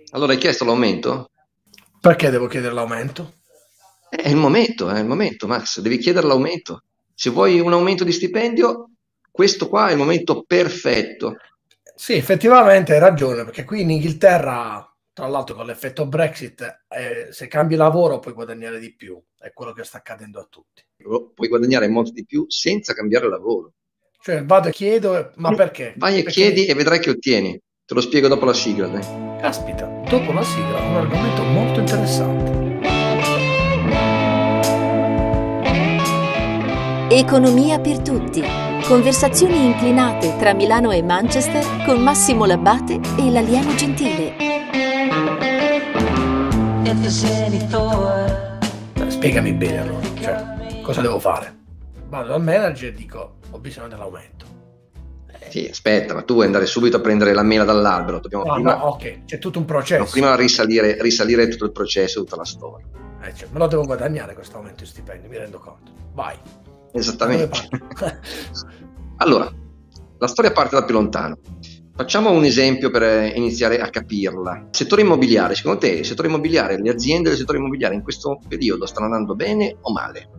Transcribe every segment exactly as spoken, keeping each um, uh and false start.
Allora hai chiesto l'aumento? Perché devo chiedere l'aumento? È il momento, è il momento, Max, devi chiedere l'aumento. Se vuoi un aumento di stipendio, questo qua è il momento perfetto. Sì, effettivamente hai ragione, perché qui in Inghilterra, tra l'altro con l'effetto Brexit, eh, se cambi lavoro puoi guadagnare di più, è quello che sta accadendo a tutti. Puoi guadagnare molto di più senza cambiare lavoro. Cioè vado e chiedo, ma perché? Vai e chiedi Perché, e vedrai che ottieni. Te lo spiego dopo la sigla, dai. caspita, dopo la sigla, un argomento molto interessante. Economia per tutti. Conversazioni inclinate tra Milano e Manchester con Massimo Labbate e l'alieno gentile. Beh, spiegami bene allora, cioè, cosa devo fare? Vado dal manager e dico, ho bisogno dell'aumento. Sì, aspetta, ma tu vuoi andare subito a prendere la mela dall'albero. Dobbiamo No, prima, no, ok, c'è tutto un dobbiamo processo. prima risalire, risalire tutto il processo, tutta la storia. Eh, cioè, me lo devo guadagnare questo aumento di stipendio, mi rendo conto. Vai. Da dove Esattamente. parto? Allora, la storia parte da più lontano. Facciamo un esempio per iniziare a capirla. Settore immobiliare, secondo te il settore immobiliare, le aziende del settore immobiliare in questo periodo stanno andando bene o male?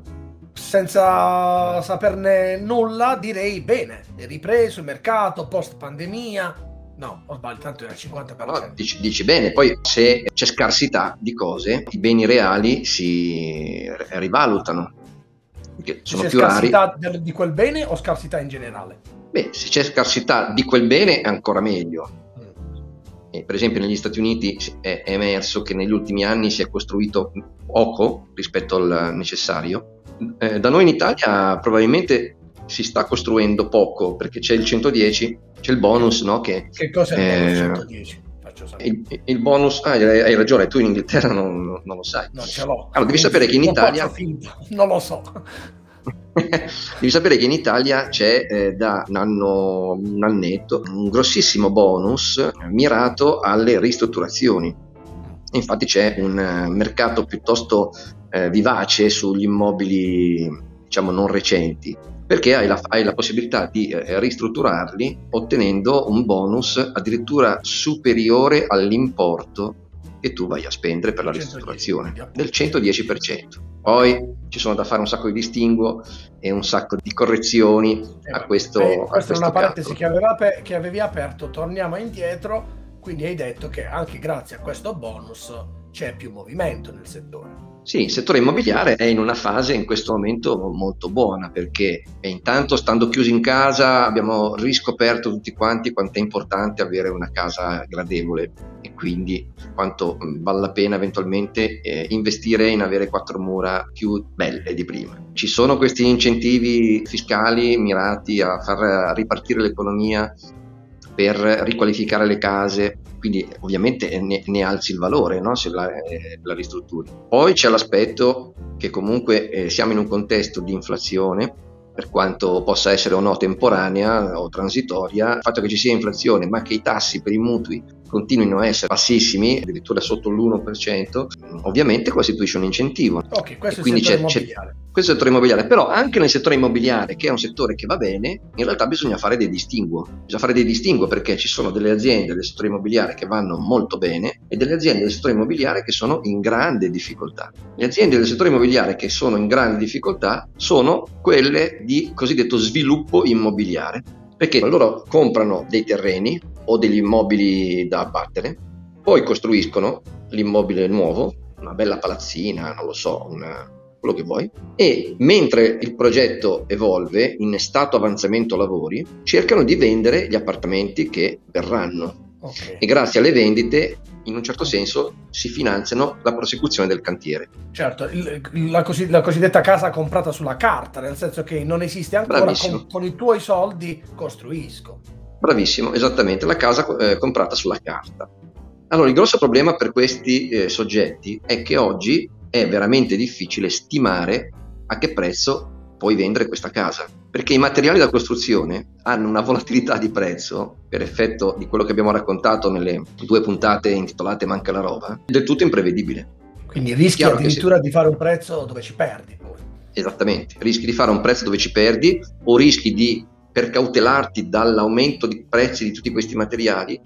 Senza saperne nulla, direi bene. È ripreso il mercato post pandemia. No, ho sbagliato, tanto era il cinquanta per cento. No, dici, dici bene, poi se c'è scarsità di cose, i beni reali si rivalutano, perché Se sono c'è più rari. scarsità de- di quel bene o scarsità in generale? Beh, se c'è scarsità di quel bene è ancora meglio. Mm. E per esempio negli Stati Uniti è emerso che negli ultimi anni si è costruito poco rispetto al necessario. Eh, da noi in Italia probabilmente si sta costruendo poco perché c'è il centodieci, c'è il bonus, no? Che, Che cos'è il bonus eh, centodieci? Faccio sapere. il, il bonus, ah, hai, hai ragione, tu in Inghilterra non, non lo sai. Non ce l'ho, Allora, devi sapere che quindi in non faccio Italia finta, non lo so. Devi sapere che in Italia c'è eh, da un anno, un annetto, un grossissimo bonus mirato alle ristrutturazioni. Infatti c'è un eh, mercato piuttosto eh, vivace sugli immobili, diciamo, non recenti, perché hai la, hai la possibilità di eh, ristrutturarli ottenendo un bonus addirittura superiore all'importo che tu vai a spendere per la ristrutturazione, del centodieci per cento. Poi ci sono da fare un sacco di distinguo e un sacco di correzioni Eh, a vabbè. questo, Eh, a questa è questo una parentesi calcolo. che, aveva aper- che avevi aperto, torniamo indietro, quindi hai detto che anche grazie a questo bonus c'è più movimento nel settore. Sì, il settore immobiliare è in una fase in questo momento molto buona perché intanto stando chiusi in casa abbiamo riscoperto tutti quanti quanto è importante avere una casa gradevole e quindi quanto vale la pena eventualmente eh, investire in avere quattro mura più belle di prima. Ci sono questi incentivi fiscali mirati a far ripartire l'economia per riqualificare le case, quindi ovviamente ne, ne alzi il valore, no? Se la, eh, la ristrutturi. Poi c'è l'aspetto che comunque eh, siamo in un contesto di inflazione, per quanto possa essere o no temporanea o transitoria, il fatto che ci sia inflazione ma che i tassi per i mutui continuino a essere bassissimi, addirittura sotto l'uno per cento, ovviamente costituisce un incentivo. Ok, E questo è il quindi settore c'è, c'è immobiliare. questo è il settore immobiliare, però anche nel settore immobiliare, che è un settore che va bene, in realtà bisogna fare dei distinguo. Bisogna fare dei distinguo perché ci sono delle aziende del settore immobiliare che vanno molto bene e delle aziende del settore immobiliare che sono in grande difficoltà. Le aziende del settore immobiliare che sono in grande difficoltà sono quelle di cosiddetto sviluppo immobiliare, perché loro comprano dei terreni o degli immobili da abbattere, poi costruiscono l'immobile nuovo, una bella palazzina, non lo so, una, quello che vuoi, e mentre il progetto evolve in stato avanzamento lavori, cercano di vendere gli appartamenti che verranno. Ok. E grazie alle vendite, in un certo senso, si finanziano la prosecuzione del cantiere. Certo, il- la, cosi- la cosiddetta casa comprata sulla carta, nel senso che non esiste ancora, Bravissimo. con, con i tuoi soldi costruisco. Bravissimo, esattamente, la casa eh, comprata sulla carta. Allora, il grosso problema per questi eh, soggetti è che oggi è veramente difficile stimare a che prezzo puoi vendere questa casa, perché i materiali da costruzione hanno una volatilità di prezzo, per effetto di quello che abbiamo raccontato nelle due puntate intitolate Manca la roba, del tutto imprevedibile. Quindi rischi Chiaro che addirittura se- di fare un prezzo dove ci perdi poi. Esattamente, rischi di fare un prezzo dove ci perdi o rischi di, per cautelarti dall'aumento di prezzi di tutti questi materiali,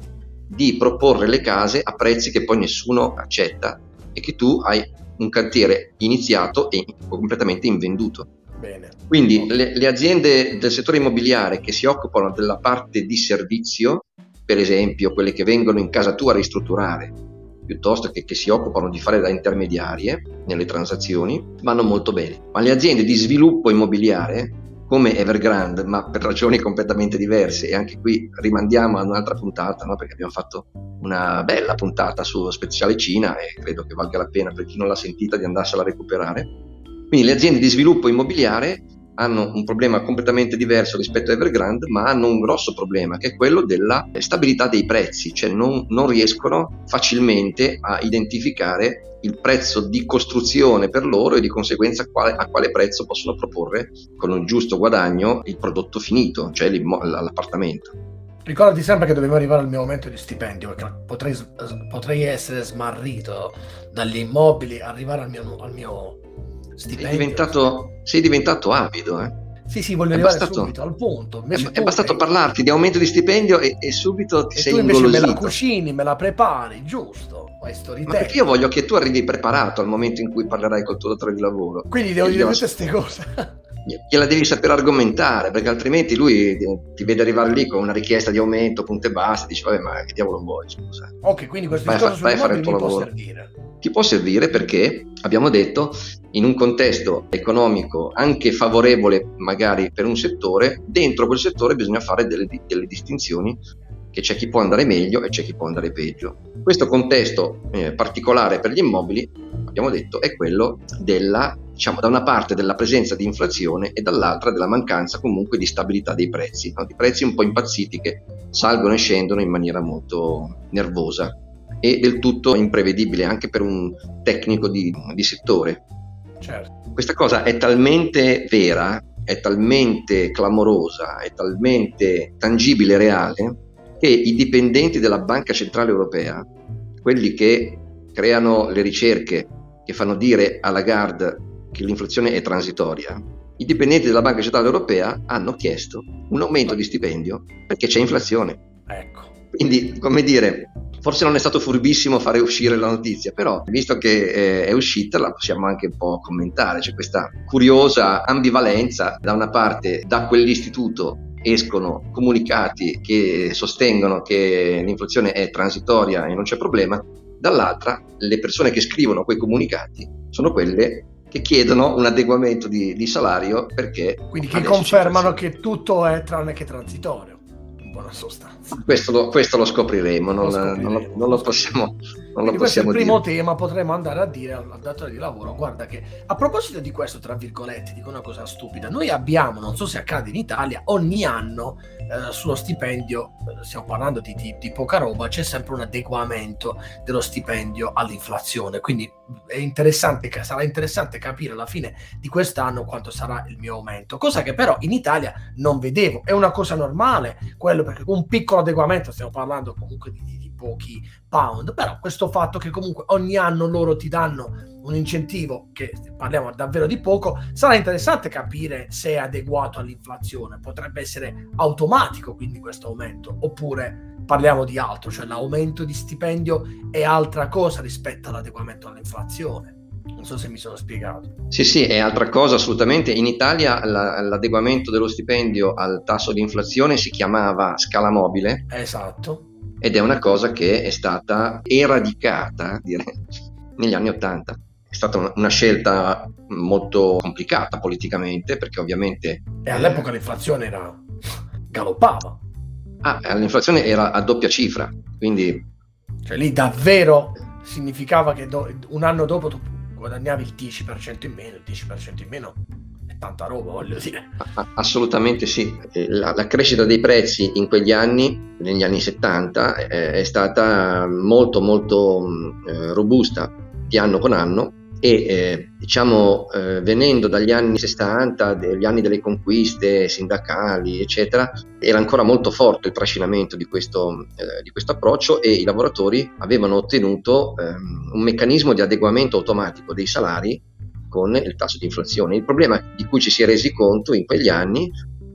di proporre le case a prezzi che poi nessuno accetta e che tu hai un cantiere iniziato e completamente invenduto. Bene. Quindi le, le aziende del settore immobiliare che si occupano della parte di servizio, per esempio quelle che vengono in casa tua a ristrutturare, piuttosto che, che si occupano di fare da intermediarie nelle transazioni, vanno molto bene. Ma le aziende di sviluppo immobiliare come Evergrande, ma per ragioni completamente diverse, e anche qui rimandiamo a un'altra puntata, no? Perché abbiamo fatto una bella puntata su speciale Cina e credo che valga la pena per chi non l'ha sentita di andarsela a recuperare. Quindi le aziende di sviluppo immobiliare hanno un problema completamente diverso rispetto a Evergrande, ma hanno un grosso problema che è quello della stabilità dei prezzi, cioè non, non riescono facilmente a identificare il prezzo di costruzione per loro e di conseguenza quale, a quale prezzo possono proporre con un giusto guadagno il prodotto finito, cioè l'appartamento. Ricordati sempre che dobbiamo arrivare al mio aumento di stipendio, perché potrei, potrei essere smarrito dagli immobili, arrivare al mio, al mio stipendio. Sei diventato, sei diventato avido, eh? Sì, sì, voglio è arrivare bastato, subito al punto. Invece è, è bastato hai... parlarti di aumento di stipendio e, e subito ti e sei tu invece ingolosito. me la cucini, me la prepari, giusto? Questo Ma perché io voglio che tu arrivi preparato al momento in cui parlerai col tuo datore di lavoro. Quindi devo dire tutte queste cose. Gliela devi sapere argomentare, perché altrimenti lui ti vede arrivare lì con una richiesta di aumento, punto e basta, e dice vabbè, ma che diavolo vuoi, scusa. Ok, quindi questo vai discorso fa, fare il tuo mi lavoro. può servire. Ti può servire perché abbiamo detto in un contesto economico anche favorevole magari per un settore, dentro quel settore bisogna fare delle, delle distinzioni, che c'è chi può andare meglio e c'è chi può andare peggio. Questo contesto eh, particolare per gli immobili, abbiamo detto, è quello della, diciamo, da una parte della presenza di inflazione e dall'altra della mancanza comunque di stabilità dei prezzi, no? Di prezzi un po' impazziti che salgono e scendono in maniera molto nervosa e del tutto imprevedibile anche per un tecnico di, di settore. Certo. Questa cosa è talmente vera, è talmente clamorosa, è talmente tangibile e reale che i dipendenti della Banca Centrale Europea, quelli che creano le ricerche che fanno dire a Lagarde che l'inflazione è transitoria, i dipendenti della Banca Centrale Europea hanno chiesto un aumento di stipendio perché c'è inflazione. Ecco. Quindi, come dire, forse non è stato furbissimo fare uscire la notizia, però visto che eh, è uscita la possiamo anche un po' commentare. C'è questa curiosa ambivalenza: da una parte da quell'istituto escono comunicati che sostengono che l'inflazione è transitoria e non c'è problema, dall'altra le persone che scrivono quei comunicati sono quelle che chiedono un adeguamento di, di salario, perché quindi che confermano che tutto è tranne che transitorio, in buona sostanza. Questo lo, questo lo scopriremo, non lo, scopriremo, non lo, non lo possiamo non lo questo è il possiamo primo dire. tema. Potremmo andare a dire al datore di lavoro: guarda che a proposito di questo, tra virgolette, dico una cosa stupida, noi abbiamo, non so se accade in Italia, ogni anno eh, sullo stipendio, eh, stiamo parlando di, di, di poca roba, c'è sempre un adeguamento dello stipendio all'inflazione, quindi è interessante, sarà interessante capire alla fine di quest'anno quanto sarà il mio aumento, cosa che però in Italia non vedevo. È una cosa normale quello, perché un piccolo adeguamento, stiamo parlando comunque di, di, di pochi pound, però questo fatto che comunque ogni anno loro ti danno un incentivo, che parliamo davvero di poco, sarà interessante capire se è adeguato all'inflazione. Potrebbe essere automatico quindi questo aumento, oppure parliamo di altro, cioè l'aumento di stipendio è altra cosa rispetto all'adeguamento all'inflazione. Non so se mi sono spiegato. Sì, sì, è altra cosa assolutamente. In Italia la, l'adeguamento dello stipendio al tasso di inflazione si chiamava scala mobile. Esatto. Ed è una cosa che è stata eradicata, direi, negli anni Ottanta. È stata una, una scelta molto complicata politicamente, perché ovviamente... E all'epoca eh, l'inflazione era... galoppava. Ah, l'inflazione era a doppia cifra, quindi... Cioè lì davvero significava che do, un anno dopo tu guadagnavi il dieci per cento in meno, il dieci per cento in meno è tanta roba, voglio dire. Assolutamente sì. La, la crescita dei prezzi in quegli anni, negli anni settanta, eh, è stata molto molto eh, robusta di anno con anno e eh, diciamo eh, venendo dagli anni sessanta, degli anni delle conquiste sindacali eccetera, era ancora molto forte il trascinamento di questo, eh, di questo approccio, e i lavoratori avevano ottenuto ehm, un meccanismo di adeguamento automatico dei salari con il tasso di inflazione. Il problema di cui ci si è resi conto in quegli anni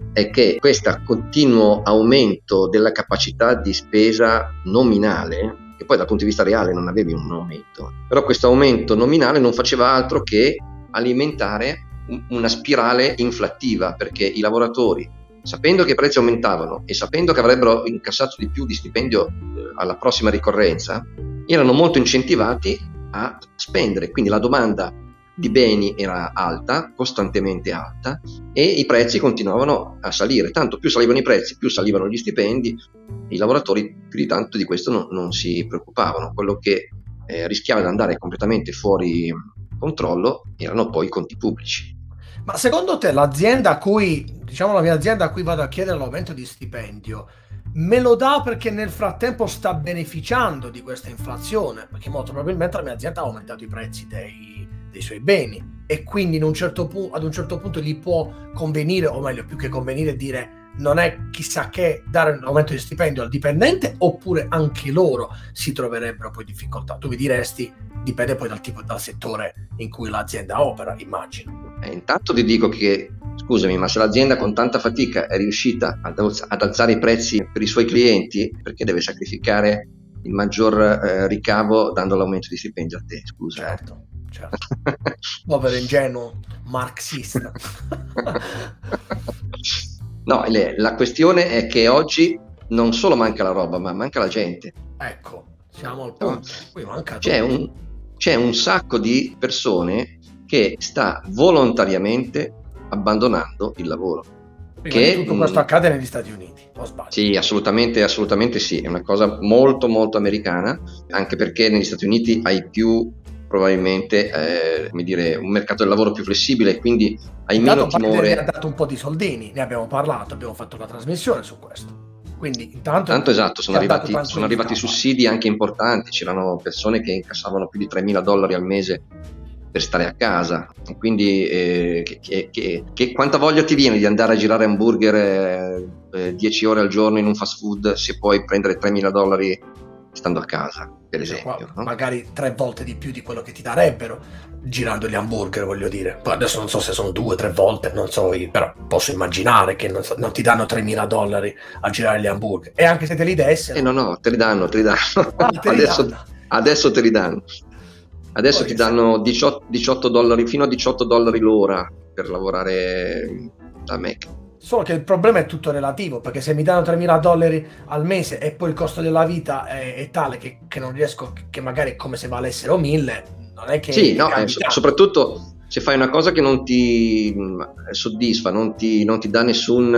è che questo continuo aumento della capacità di spesa nominale, che poi dal punto di vista reale non avevi un aumento, però questo aumento nominale non faceva altro che alimentare una spirale inflattiva, perché i lavoratori, sapendo che i prezzi aumentavano e sapendo che avrebbero incassato di più di stipendio alla prossima ricorrenza, erano molto incentivati a spendere, quindi la domanda di beni era alta, costantemente alta, e i prezzi continuavano a salire. Tanto più salivano i prezzi, più salivano gli stipendi, i lavoratori più di tanto di questo non, non si preoccupavano. Quello che eh, rischiava di andare completamente fuori controllo erano poi i conti pubblici. Ma secondo te l'azienda a cui, diciamo la mia azienda a cui vado a chiedere l'aumento di stipendio, me lo dà perché nel frattempo sta beneficiando di questa inflazione? Perché molto probabilmente la mia azienda ha aumentato i prezzi dei, dei suoi beni e quindi in un certo pu- ad un certo punto gli può convenire, o meglio più che convenire, dire non è chissà che dare un aumento di stipendio al dipendente, oppure anche loro si troverebbero poi in difficoltà. Tu mi diresti dipende poi dal tipo, dal settore in cui l'azienda opera, immagino. Eh, intanto ti dico che, scusami, ma se l'azienda con tanta fatica è riuscita ad, alz- ad alzare i prezzi per i suoi clienti, perché deve sacrificare il maggior eh, ricavo dando l'aumento di stipendio a te? Scusa. Certo, certo. Povero ingenuo marxista. No, le, la questione è che oggi non solo manca la roba, ma manca la gente. Ecco, siamo al punto. Qui manca c'è un, c'è un sacco di persone che sta volontariamente abbandonando il lavoro. Prima che, di tutto questo accade negli Stati Uniti, o sbaglio? Sì, assolutamente, assolutamente sì, è una cosa molto molto americana, anche perché negli Stati Uniti hai più probabilmente eh, come dire, un mercato del lavoro più flessibile, quindi hai Intanto meno timore. Biden ha dato un po' di soldini, ne abbiamo parlato, abbiamo fatto una trasmissione su questo. Quindi intanto, Tanto esatto, sono arrivati, sono arrivati scappa. sussidi anche importanti, c'erano persone che incassavano più di tremila dollari al mese per stare a casa, e quindi eh, che, che, che, che quanta voglia ti viene di andare a girare hamburger eh, eh, dieci ore al giorno in un fast food se puoi prendere tremila dollari stando a casa, per esempio, qua, no? Magari tre volte di più di quello che ti darebbero girando gli hamburger, voglio dire. Poi adesso non so se sono due, tre volte, non so io, però posso immaginare che non, so, non ti danno tremila dollari a girare gli hamburger, e anche se te li dessero eh no no, te li danno, te li danno, ah, te li adesso, danno. adesso te li danno adesso Poi ti che danno diciotto, diciotto dollari, fino a diciotto dollari l'ora per lavorare da Mac. Solo che il problema è tutto relativo, perché se mi danno tremila dollari al mese e poi il costo della vita è, è tale che, che non riesco, che magari è come se valessero mille, non è che... Sì, no, eh, so, soprattutto se fai una cosa che non ti mh, soddisfa, non ti, non ti dà nessun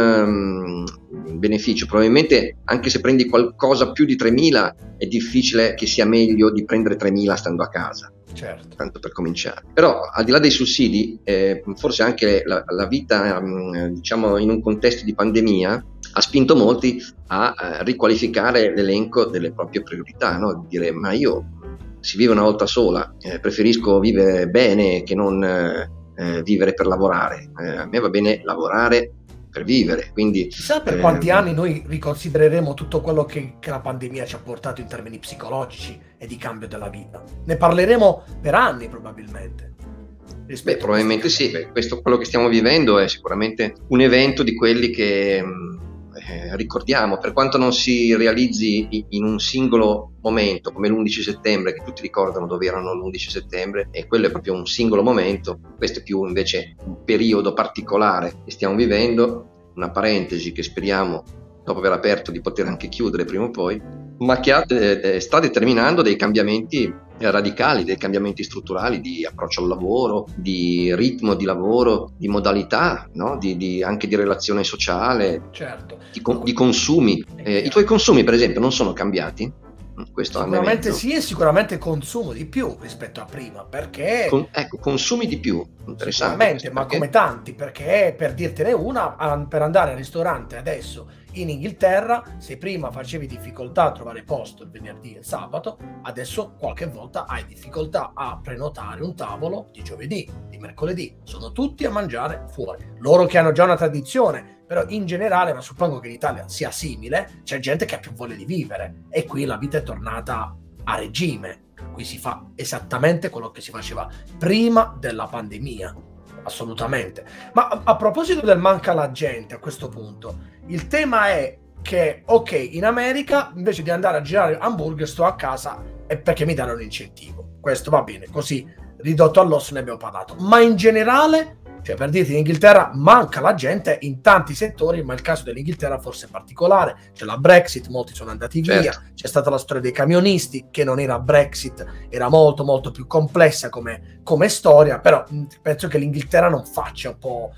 mh, beneficio, probabilmente anche se prendi qualcosa più di tremila è difficile che sia meglio di prendere tremila stando a casa. Certo. Tanto per cominciare. Però al di là dei sussidi, eh, forse anche la, la vita, mh, diciamo, in un contesto di pandemia ha spinto molti a, a riqualificare l'elenco delle proprie priorità, no? Dire, ma io si vive una volta sola, eh, preferisco vivere bene che non eh, vivere per lavorare. Eh, a me va bene lavorare per vivere, quindi chissà per eh, quanti anni noi riconsidereremo tutto quello che, che la pandemia ci ha portato in termini psicologici e di cambio della vita. Ne parleremo per anni probabilmente. Beh, probabilmente sì, beh, questo quello che stiamo vivendo è sicuramente un evento di quelli che eh, ricordiamo, per quanto non si realizzi in un singolo momento come l'undici settembre, che tutti ricordano dove erano l'undici settembre, e quello è proprio un singolo momento. Questo è più invece un periodo particolare che stiamo vivendo, una parentesi che speriamo dopo aver aperto di poter anche chiudere prima o poi, ma che ha, eh, sta determinando dei cambiamenti radicali, dei cambiamenti strutturali di approccio al lavoro, di ritmo di lavoro, di modalità, no? di, di, anche di relazione sociale, certo. di, di consumi. Eh, I tuoi consumi, per esempio, non sono cambiati? Questo sicuramente sì, e sicuramente consumo di più rispetto a prima, perché Con, ecco, consumi di più, interessante, sicuramente, ma perché... come tanti, perché per dirtene una, per andare al ristorante adesso in Inghilterra, se prima facevi difficoltà a trovare posto il venerdì e il sabato, adesso qualche volta hai difficoltà a prenotare un tavolo di giovedì, di mercoledì, sono tutti a mangiare fuori. Loro che hanno già una tradizione, però in generale, ma suppongo che in Italia sia simile, c'è gente che ha più voglia di vivere e qui la vita è tornata a regime, qui si fa esattamente quello che si faceva prima della pandemia. assolutamente. Ma a, a proposito del manca la gente, a questo punto, il tema è che, ok, in America invece di andare a girare hamburger sto a casa e perché mi danno un incentivo. Questo va bene, così ridotto all'osso ne abbiamo parlato. Ma in generale, cioè per dirti, in Inghilterra manca la gente in tanti settori, ma il caso dell'Inghilterra forse è particolare. C'è la Brexit, molti sono andati via, certo. C'è stata la storia dei camionisti, che non era Brexit, era molto molto più complessa come, come storia, però penso che l'Inghilterra non faccia un po',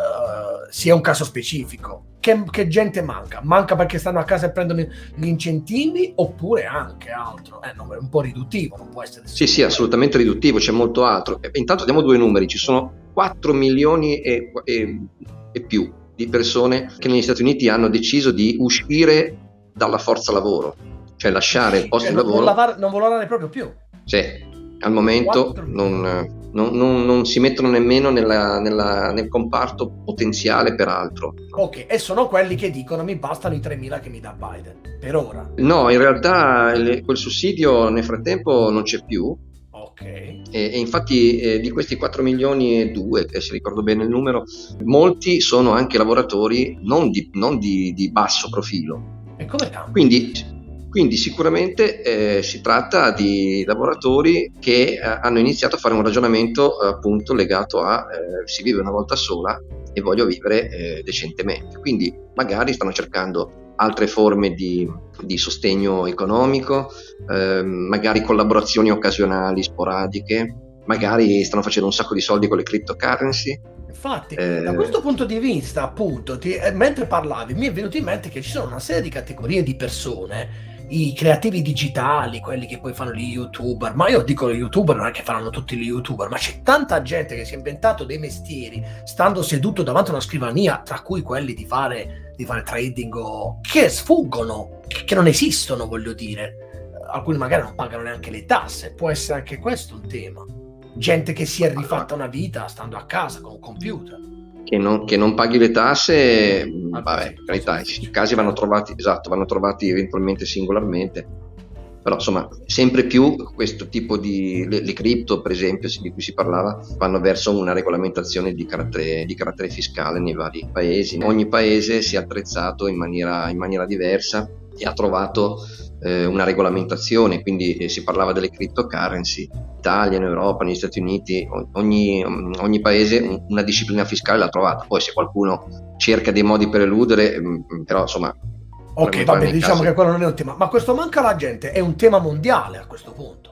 uh, sia un caso specifico. Che, che gente manca? Manca perché stanno a casa e prendono gli incentivi, oppure anche altro? Eh, no, è un po' riduttivo, non può essere. Sì, sì, assolutamente riduttivo, c'è molto altro. E, intanto diamo due numeri, ci sono quattro milioni e, e, e più di persone che negli Stati Uniti hanno deciso di uscire dalla forza lavoro, cioè lasciare il posto eh, di non lavoro. Non, lavar- non lavorare proprio più. Sì, al momento non, non, non, non si mettono nemmeno nella, nella, nel comparto potenziale per altro. Ok, e sono quelli che dicono mi bastano i tremila che mi dà Biden, per ora. No, in realtà il, quel sussidio nel frattempo non c'è più. Okay. E, e infatti eh, di questi quattro milioni e due, eh, se ricordo bene il numero, molti sono anche lavoratori non di, non di, di basso profilo. E come cambia? Quindi, quindi sicuramente eh, si tratta di lavoratori che eh, hanno iniziato a fare un ragionamento eh, appunto legato a eh, si vive una volta sola e voglio vivere eh, decentemente. Quindi magari stanno cercando altre forme di, di sostegno economico, eh, magari collaborazioni occasionali, sporadiche, magari stanno facendo un sacco di soldi con le cryptocurrency. Infatti, eh, da questo punto di vista, appunto, ti, eh, mentre parlavi, mi è venuto in mente che ci sono una serie di categorie di persone, i creativi digitali, quelli che poi fanno gli youtuber, ma io dico gli youtuber non è che faranno tutti gli youtuber, ma c'è tanta gente che si è inventato dei mestieri stando seduto davanti a una scrivania, tra cui quelli di fare, di fare trading o che sfuggono, che non esistono, voglio dire. Alcuni magari non pagano neanche le tasse, può essere anche questo un tema. Gente che si è rifatta una vita stando a casa con un computer. Che non, che non paghi le tasse, ah, vabbè, per carità, i casi vanno trovati, esatto, vanno trovati eventualmente singolarmente, però insomma sempre più questo tipo di, le, le cripto per esempio di cui si parlava, vanno verso una regolamentazione di carattere, di carattere fiscale nei vari paesi. Ogni paese si è attrezzato in maniera, in maniera diversa e ha trovato eh, una regolamentazione, quindi eh, si parlava delle cryptocurrency, Italia, in Europa, negli Stati Uniti, ogni, ogni paese una disciplina fiscale l'ha trovata. Poi se qualcuno cerca dei modi per eludere, però insomma. Ok, vabbè, diciamo caso... che quello non è un tema, ma questo manca la gente è un tema mondiale a questo punto.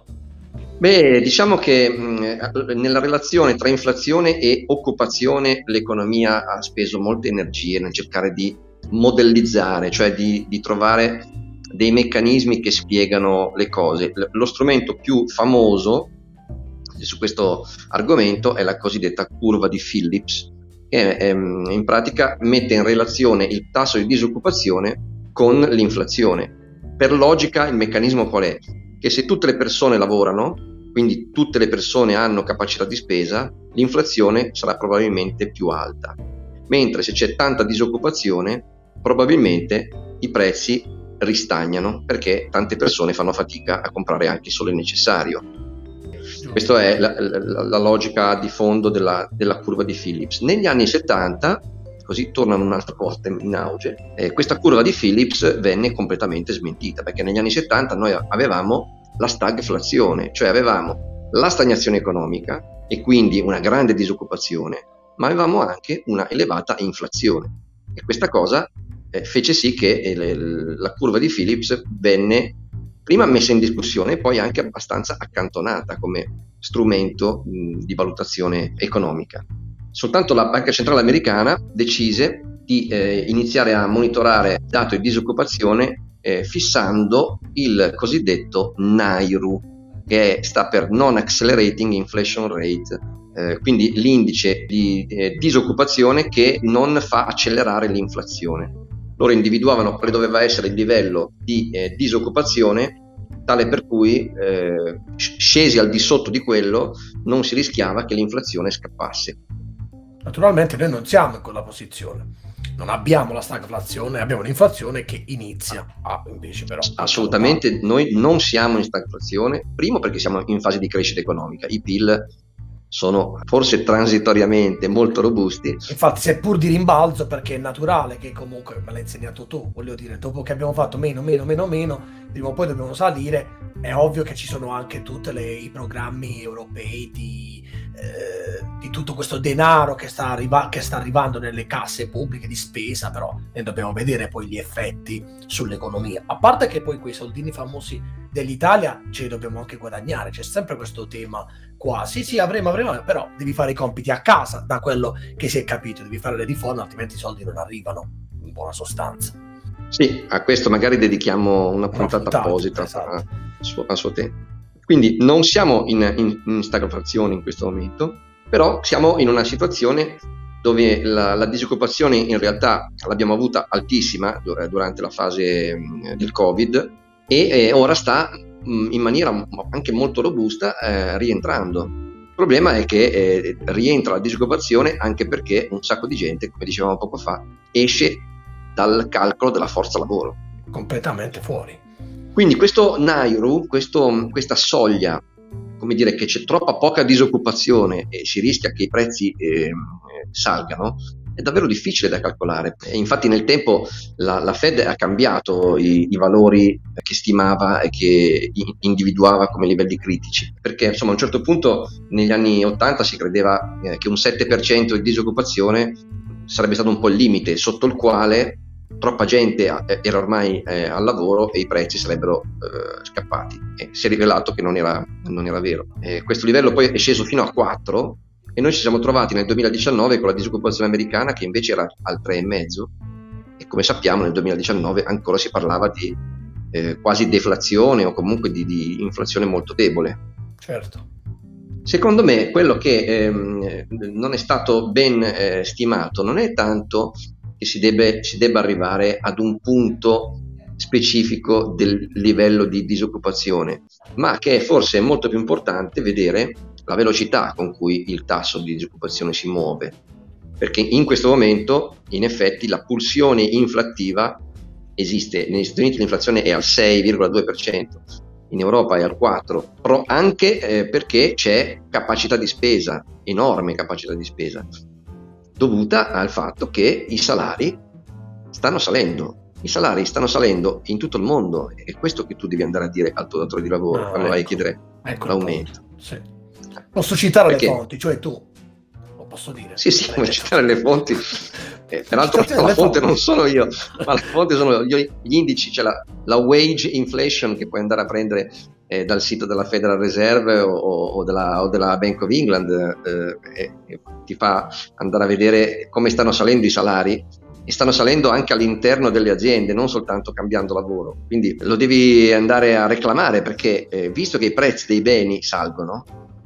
Beh, diciamo che mh, nella relazione tra inflazione e occupazione l'economia ha speso molte energie nel cercare di modellizzare, cioè di, di trovare dei meccanismi che spiegano le cose. Lo strumento più famoso su questo argomento è la cosiddetta curva di Phillips, che è, in pratica mette in relazione il tasso di disoccupazione con l'inflazione. Per logica il meccanismo qual è? Che se tutte le persone lavorano, quindi tutte le persone hanno capacità di spesa, l'inflazione sarà probabilmente più alta, mentre se c'è tanta disoccupazione probabilmente i prezzi ristagnano perché tante persone fanno fatica a comprare anche solo il necessario. Questa è la, la, la logica di fondo della, della curva di Phillips. Negli anni settanta, così tornano un'altra volta in auge, eh, questa curva di Phillips venne completamente smentita, perché negli anni settanta noi avevamo la stagflazione, cioè avevamo la stagnazione economica e quindi una grande disoccupazione, ma avevamo anche una elevata inflazione, e questa cosa eh, fece sì che eh, la curva di Phillips venne prima messa in discussione e poi anche abbastanza accantonata come strumento mh, di valutazione economica. Soltanto la Banca Centrale Americana decise di eh, iniziare a monitorare il dato di disoccupazione eh, fissando il cosiddetto NAIRU, che sta per Non Accelerating Inflation Rate, eh, quindi l'indice di eh, disoccupazione che non fa accelerare l'inflazione. Loro individuavano quale doveva essere il livello di eh, disoccupazione tale per cui eh, scesi al di sotto di quello non si rischiava che l'inflazione scappasse. Naturalmente noi non siamo in quella posizione, non abbiamo la stagflazione, abbiamo l'inflazione che inizia ah, invece però assolutamente no. Noi non siamo in stagflazione, primo perché siamo in fase di crescita economica, i P I L sono forse transitoriamente molto robusti. Infatti, seppur di rimbalzo, perché è naturale che comunque, me l'hai insegnato tu, voglio dire, dopo che abbiamo fatto meno, meno, meno, meno, prima o poi dobbiamo salire. È ovvio che ci sono anche tutti i programmi europei di, eh, di tutto questo denaro che sta, arriva- che sta arrivando nelle casse pubbliche di spesa, però ne dobbiamo vedere poi gli effetti sull'economia. A parte che poi quei soldini famosi dell'Italia ce li dobbiamo anche guadagnare, c'è sempre questo tema qua. Sì, sì, avremo, avremo, però devi fare i compiti a casa, da quello che si è capito, devi fare le riforme, altrimenti i soldi non arrivano, in buona sostanza. Sì, a questo magari dedichiamo una puntata puntata, apposita esatto. a, a, suo, a suo tempo. Quindi non siamo in, in, in stagflazione in questo momento, però siamo in una situazione dove la, la disoccupazione in realtà l'abbiamo avuta altissima durante la fase del Covid e eh, ora sta in maniera anche molto robusta eh, rientrando. Il problema è che eh, rientra la disoccupazione anche perché un sacco di gente, come dicevamo poco fa, esce dal calcolo della forza lavoro. Completamente fuori. Quindi questo Nairu, questo, questa soglia, come dire che c'è troppa poca disoccupazione e si rischia che i prezzi eh, salgano, è davvero difficile da calcolare. E infatti nel tempo la, la Fed ha cambiato i, i valori che stimava e che individuava come livelli critici, perché insomma a un certo punto negli anni ottanta si credeva eh, che un sette per cento di disoccupazione sarebbe stato un po' il limite sotto il quale troppa gente era ormai eh, al lavoro e i prezzi sarebbero eh, scappati. E si è rivelato che non era, non era vero. E questo livello poi è sceso fino a quattro e noi ci siamo trovati nel duemiladiciannove con la disoccupazione americana che invece era al tre virgola cinque e come sappiamo nel duemiladiciannove ancora si parlava di eh, quasi deflazione o comunque di, di inflazione molto debole. Certo. Secondo me quello che ehm, non è stato ben eh, stimato non è tanto che si, debbe, si debba arrivare ad un punto specifico del livello di disoccupazione, ma che forse è molto più importante vedere la velocità con cui il tasso di disoccupazione si muove, perché in questo momento in effetti la pulsione inflattiva esiste. Negli Stati Uniti l'inflazione è al sei virgola due per cento, in Europa è al quattro per cento, però anche eh, perché c'è capacità di spesa, enorme capacità di spesa, dovuta al fatto che i salari stanno salendo. I salari stanno salendo in tutto il mondo, è questo che tu devi andare a dire al tuo datore di lavoro no, quando ecco, vai a chiedere ecco l'aumento. Sì. Posso citare Perché? le fonti, cioè tu, lo posso dire? Sì, sì, puoi citare le fonti. Eh, peraltro la fonte non sono io, ma la fonte sono gli indici, c'è la, la wage inflation che puoi andare a prendere eh, dal sito della Federal Reserve o, o, della, o della Bank of England, eh, e, e ti fa andare a vedere come stanno salendo i salari e stanno salendo anche all'interno delle aziende, non soltanto cambiando lavoro. Quindi lo devi andare a reclamare perché eh, visto che i prezzi dei beni salgono,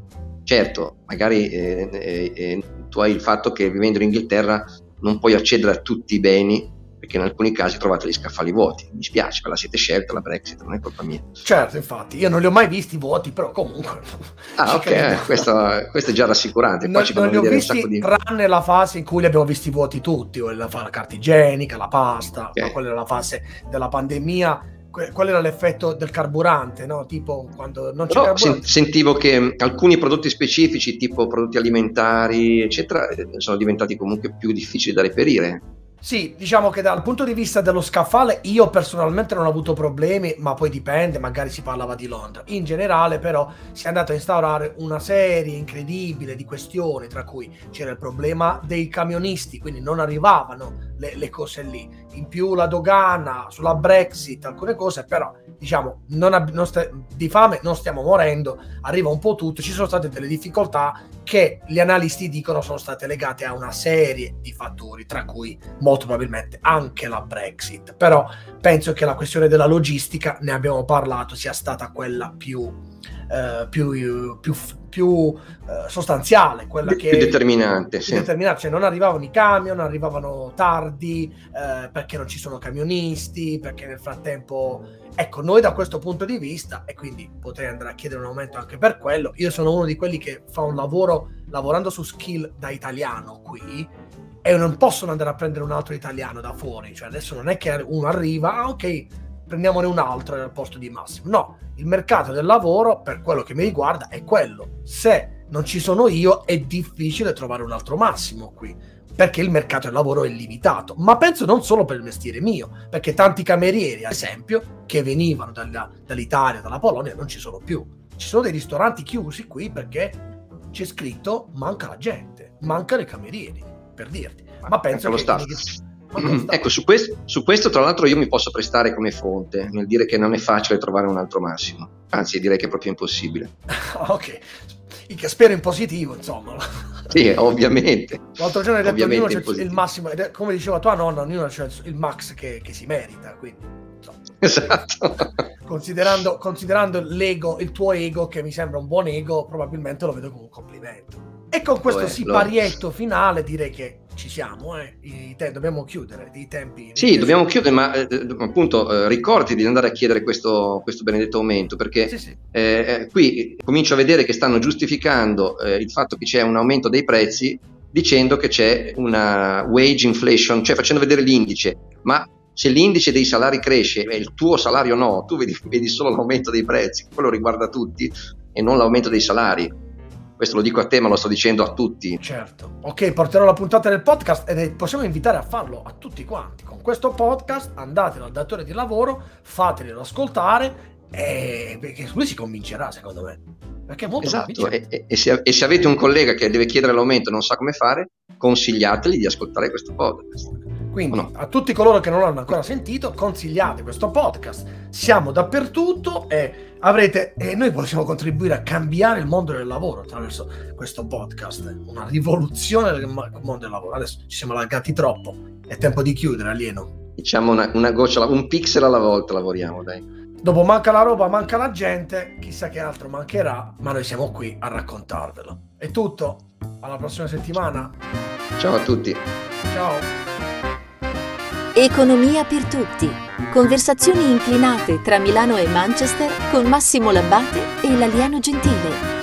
certo, magari eh, eh, tu hai il fatto che vivendo in Inghilterra non puoi accedere a tutti i beni perché in alcuni casi trovate gli scaffali vuoti. Mi spiace, ve la siete scelta la Brexit, non è colpa mia. Certo, infatti, io non li ho mai visti vuoti, però comunque. Ah, ok, eh, questo, questo è già rassicurante. Non, Poi ci non li ho visti, un sacco di... tranne la fase in cui li abbiamo visti vuoti tutti, o la, la carta igienica, la pasta, okay. Ma quella era la fase della pandemia. Qual era l'effetto del carburante, no? Tipo quando non c'è Però carburante. Sentivo che alcuni prodotti specifici, tipo prodotti alimentari, eccetera, sono diventati comunque più difficili da reperire. Sì, diciamo che dal punto di vista dello scaffale io personalmente non ho avuto problemi, ma poi dipende, magari si parlava di Londra. In generale però si è andato a instaurare una serie incredibile di questioni, tra cui c'era il problema dei camionisti, quindi non arrivavano le, le cose lì. In più la dogana, sulla Brexit, alcune cose, però diciamo non ab- non st- di fame non stiamo morendo, arriva un po' tutto, ci sono state delle difficoltà che gli analisti dicono sono state legate a una serie di fattori, tra cui molto probabilmente anche la Brexit, però penso che la questione della logistica, ne abbiamo parlato, sia stata quella più eh, più, più, più eh, sostanziale, quella più che determinante, più sì. determinante, cioè non arrivavano i camion, arrivavano tardi eh, perché non ci sono camionisti, perché nel frattempo, ecco, noi da questo punto di vista, e quindi potrei andare a chiedere un aumento anche per quello, io sono uno di quelli che fa un lavoro lavorando su skill da italiano qui e non possono andare a prendere un altro italiano da fuori, cioè adesso non è che uno arriva, ah, ok, prendiamone un altro al posto di Massimo. No, il mercato del lavoro, per quello che mi riguarda, è quello. Se non ci sono io, è difficile trovare un altro Massimo qui, perché il mercato del lavoro è limitato. Ma penso non solo per il mestiere mio, perché tanti camerieri, ad esempio, che venivano dalla, dall'Italia, dalla Polonia, non ci sono più. Ci sono dei ristoranti chiusi qui perché c'è scritto manca la gente, mancano i camerieri, per dirti. Ma penso lo che... staff. Ecco, su questo, su questo tra l'altro io mi posso prestare come fonte nel dire che non è facile trovare un altro Massimo, anzi direi che è proprio impossibile. Ok, che spero in positivo, insomma. Sì, ovviamente. L'altro giorno hai detto ognuno c'è il massimo, come diceva tua nonna, ognuno c'è il max che, che si merita, quindi insomma. Esatto. Considerando, considerando l'ego, il tuo ego, che mi sembra un buon ego, probabilmente lo vedo come un complimento. E con questo siparietto finale direi che ci siamo, eh. I te- dobbiamo chiudere i tempi. Sì, dobbiamo chiudere, ma eh, appunto eh, ricordi di andare a chiedere questo, questo benedetto aumento, perché sì, sì. Eh, qui comincio a vedere che stanno giustificando eh, il fatto che c'è un aumento dei prezzi dicendo che c'è una wage inflation, cioè facendo vedere l'indice, ma se l'indice dei salari cresce e il tuo salario no, tu vedi, vedi solo l'aumento dei prezzi, quello riguarda tutti e non l'aumento dei salari. Questo lo dico a te, ma lo sto dicendo a tutti. Certo. Ok, porterò la puntata del podcast e possiamo invitare a farlo a tutti quanti. Con questo podcast andate dal datore di lavoro, fatelo ascoltare e perché lui si convincerà, secondo me. Perché è molto esatto. E, e, e, se, e se avete un collega che deve chiedere l'aumento e non sa come fare, consigliategli di ascoltare questo podcast. Quindi no. A tutti coloro che non l'hanno ancora sentito, consigliate questo podcast. Siamo dappertutto e avrete e noi possiamo contribuire a cambiare il mondo del lavoro attraverso questo podcast, una rivoluzione del mondo del lavoro. Adesso ci siamo allargati troppo, è tempo di chiudere, alieno. Diciamo una, una goccia, un pixel alla volta lavoriamo, dai. Dopo manca la roba, manca la gente, chissà che altro mancherà, ma noi siamo qui a raccontarvelo. È tutto, alla prossima settimana. Ciao a tutti. Ciao. Economia per tutti. Conversazioni inclinate tra Milano e Manchester con Massimo Labbate e l'alieno Gentile.